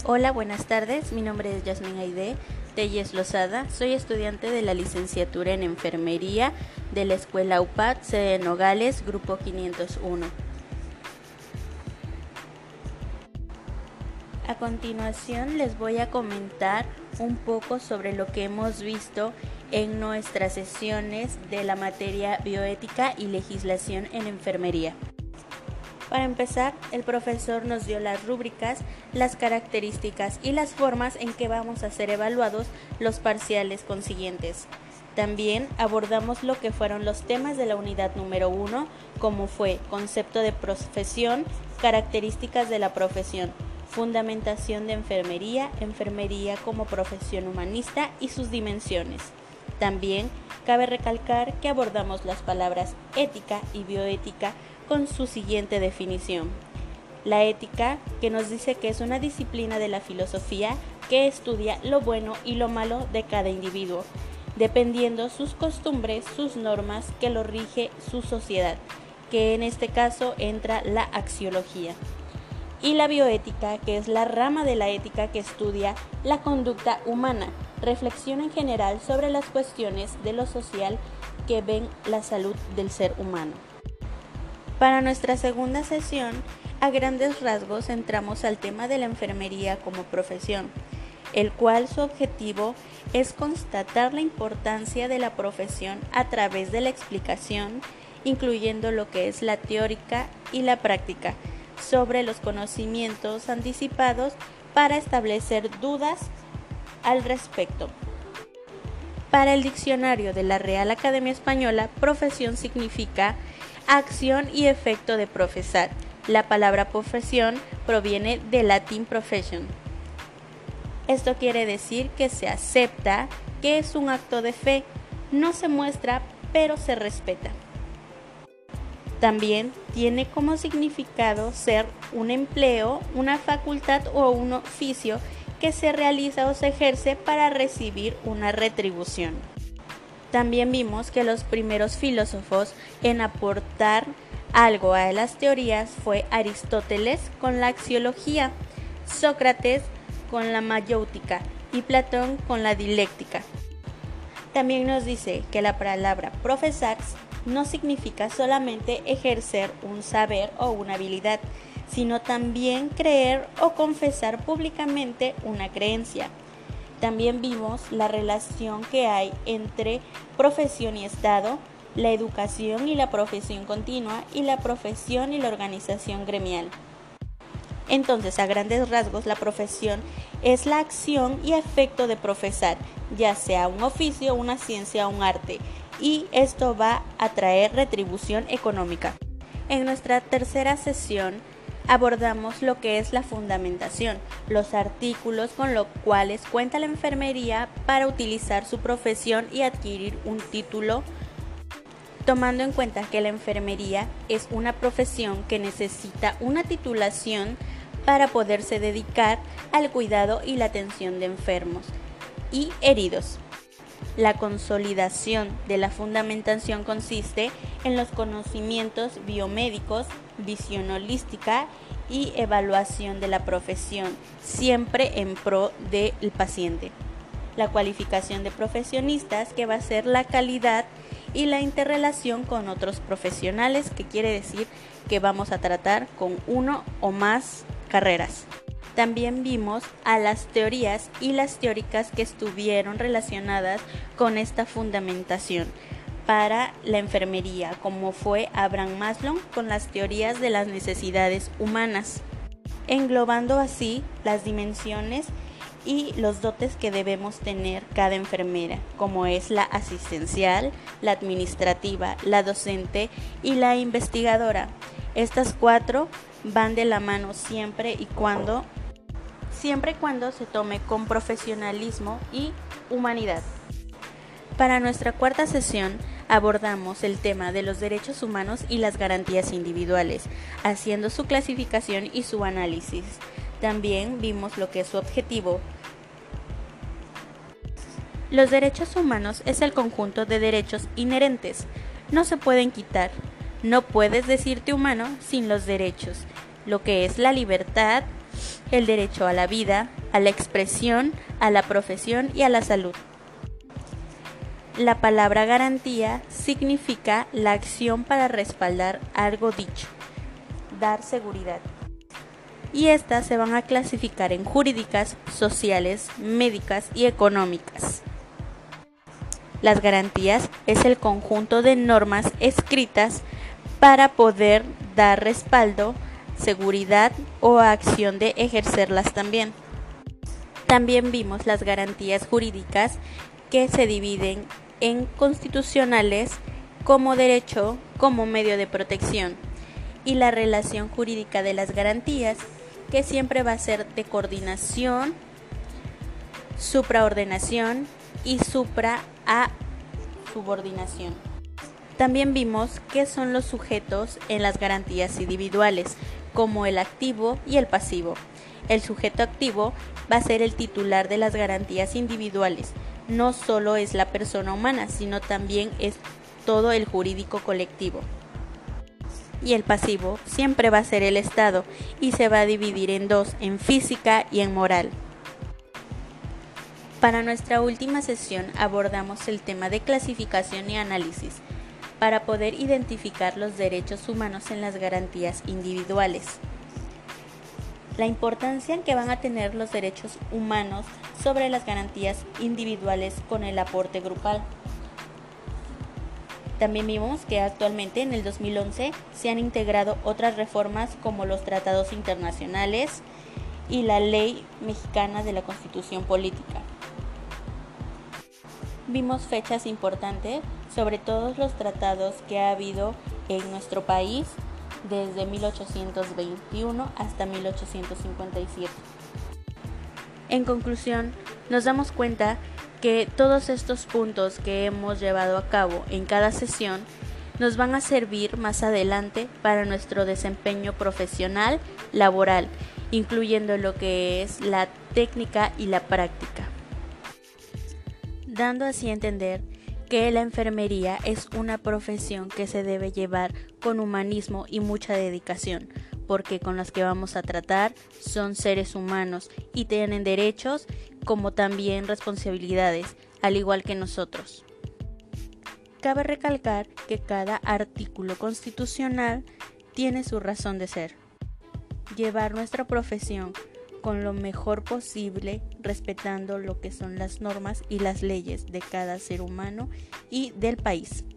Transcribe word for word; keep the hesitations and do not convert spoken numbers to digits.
Hola, buenas tardes. Mi nombre es Yasmin Aide Telles Lozada. Soy estudiante de la licenciatura en Enfermería de la Escuela U P A D, sede de Nogales, Grupo quinientos uno. A continuación les voy a comentar un poco sobre lo que hemos visto en nuestras sesiones de la materia bioética y legislación en enfermería. Para empezar, el profesor nos dio las rúbricas, las características y las formas en que vamos a ser evaluados los parciales consiguientes. También abordamos lo que fueron los temas de la unidad número uno, como fue concepto de profesión, características de la profesión, fundamentación de enfermería, enfermería como profesión humanista y sus dimensiones. También cabe recalcar que abordamos las palabras ética y bioética con su siguiente definición. La ética, que nos dice que es una disciplina de la filosofía que estudia lo bueno y lo malo de cada individuo, dependiendo sus costumbres, sus normas que lo rige su sociedad, que en este caso entra la axiología. Y la bioética, que es la rama de la ética que estudia la conducta humana, reflexiona en general sobre las cuestiones de lo social que ven la salud del ser humano. Para nuestra segunda sesión, a grandes rasgos entramos al tema de la enfermería como profesión, el cual su objetivo es constatar la importancia de la profesión a través de la explicación, incluyendo lo que es la teórica y la práctica, sobre los conocimientos anticipados para establecer dudas al respecto. Para el diccionario de la Real Academia Española, profesión significa acción y efecto de profesar. La palabra profesión proviene del latín profession. Esto quiere decir que se acepta, que es un acto de fe, no se muestra, pero se respeta. También tiene como significado ser un empleo, una facultad o un oficio que se realiza o se ejerce para recibir una retribución. También vimos que los primeros filósofos en aportar algo a las teorías fue Aristóteles con la axiología, Sócrates con la mayéutica y Platón con la dialéctica. También nos dice que la palabra profesar no significa solamente ejercer un saber o una habilidad, sino también creer o confesar públicamente una creencia. También vimos la relación que hay entre profesión y Estado, la educación y la profesión continua y la profesión y la organización gremial. Entonces, a grandes rasgos, la profesión es la acción y efecto de profesar, ya sea un oficio, una ciencia o un arte, y esto va a traer retribución económica. En nuestra tercera sesión abordamos lo que es la fundamentación, los artículos con los cuales cuenta la enfermería para utilizar su profesión y adquirir un título, tomando en cuenta que la enfermería es una profesión que necesita una titulación para poderse dedicar al cuidado y la atención de enfermos y heridos. La consolidación de la fundamentación consiste en los conocimientos biomédicos, visión holística y evaluación de la profesión, siempre en pro del paciente. La cualificación de profesionistas, que va a ser la calidad y la interrelación con otros profesionales, que quiere decir que vamos a tratar con uno o más carreras. También vimos a las teorías y las teóricas que estuvieron relacionadas con esta fundamentación para la enfermería, como fue Abraham Maslow con las teorías de las necesidades humanas, englobando así las dimensiones y los dotes que debemos tener cada enfermera, como es la asistencial, la administrativa, la docente y la investigadora. Estas cuatro van de la mano siempre y cuando siempre y cuando se tome con profesionalismo y humanidad. Para nuestra cuarta sesión abordamos el tema de los derechos humanos y las garantías individuales, haciendo su clasificación y su análisis. También vimos lo que es su objetivo. Los derechos humanos es el conjunto de derechos inherentes, no se pueden quitar. No puedes decirte humano sin los derechos, lo que es la libertad, el derecho a la vida, a la expresión, a la profesión y a la salud. La palabra garantía significa la acción para respaldar algo dicho, dar seguridad. Y estas se van a clasificar en jurídicas, sociales, médicas y económicas. Las garantías es el conjunto de normas escritas para poder dar respaldo, seguridad o acción de ejercerlas también. También vimos las garantías jurídicas que se dividen en constitucionales como derecho como medio de protección y la relación jurídica de las garantías que siempre va a ser de coordinación, supraordenación y supra a subordinación. También vimos qué son los sujetos en las garantías individuales, como el activo y el pasivo. El sujeto activo va a ser el titular de las garantías individuales. No solo es la persona humana, sino también es todo el jurídico colectivo. Y el pasivo siempre va a ser el Estado y se va a dividir en dos, en física y en moral. Para nuestra última sesión abordamos el tema de clasificación y análisis para poder identificar los derechos humanos en las garantías individuales. La importancia que van a tener los derechos humanos sobre las garantías individuales con el aporte grupal. También vimos que actualmente en el dos mil once se han integrado otras reformas como los tratados internacionales y la ley mexicana de la Constitución Política. Vimos fechas importantes sobre todos los tratados que ha habido en nuestro país desde mil ochocientos veintiuno hasta mil ochocientos cincuenta y siete. En conclusión, nos damos cuenta que todos estos puntos que hemos llevado a cabo en cada sesión nos van a servir más adelante para nuestro desempeño profesional, laboral, incluyendo lo que es la técnica y la práctica, dando así a entender que la enfermería es una profesión que se debe llevar con humanismo y mucha dedicación, porque con los que vamos a tratar son seres humanos y tienen derechos como también responsabilidades, al igual que nosotros. Cabe recalcar que cada artículo constitucional tiene su razón de ser. Llevar nuestra profesión con lo mejor posible, respetando lo que son las normas y las leyes de cada ser humano y del país.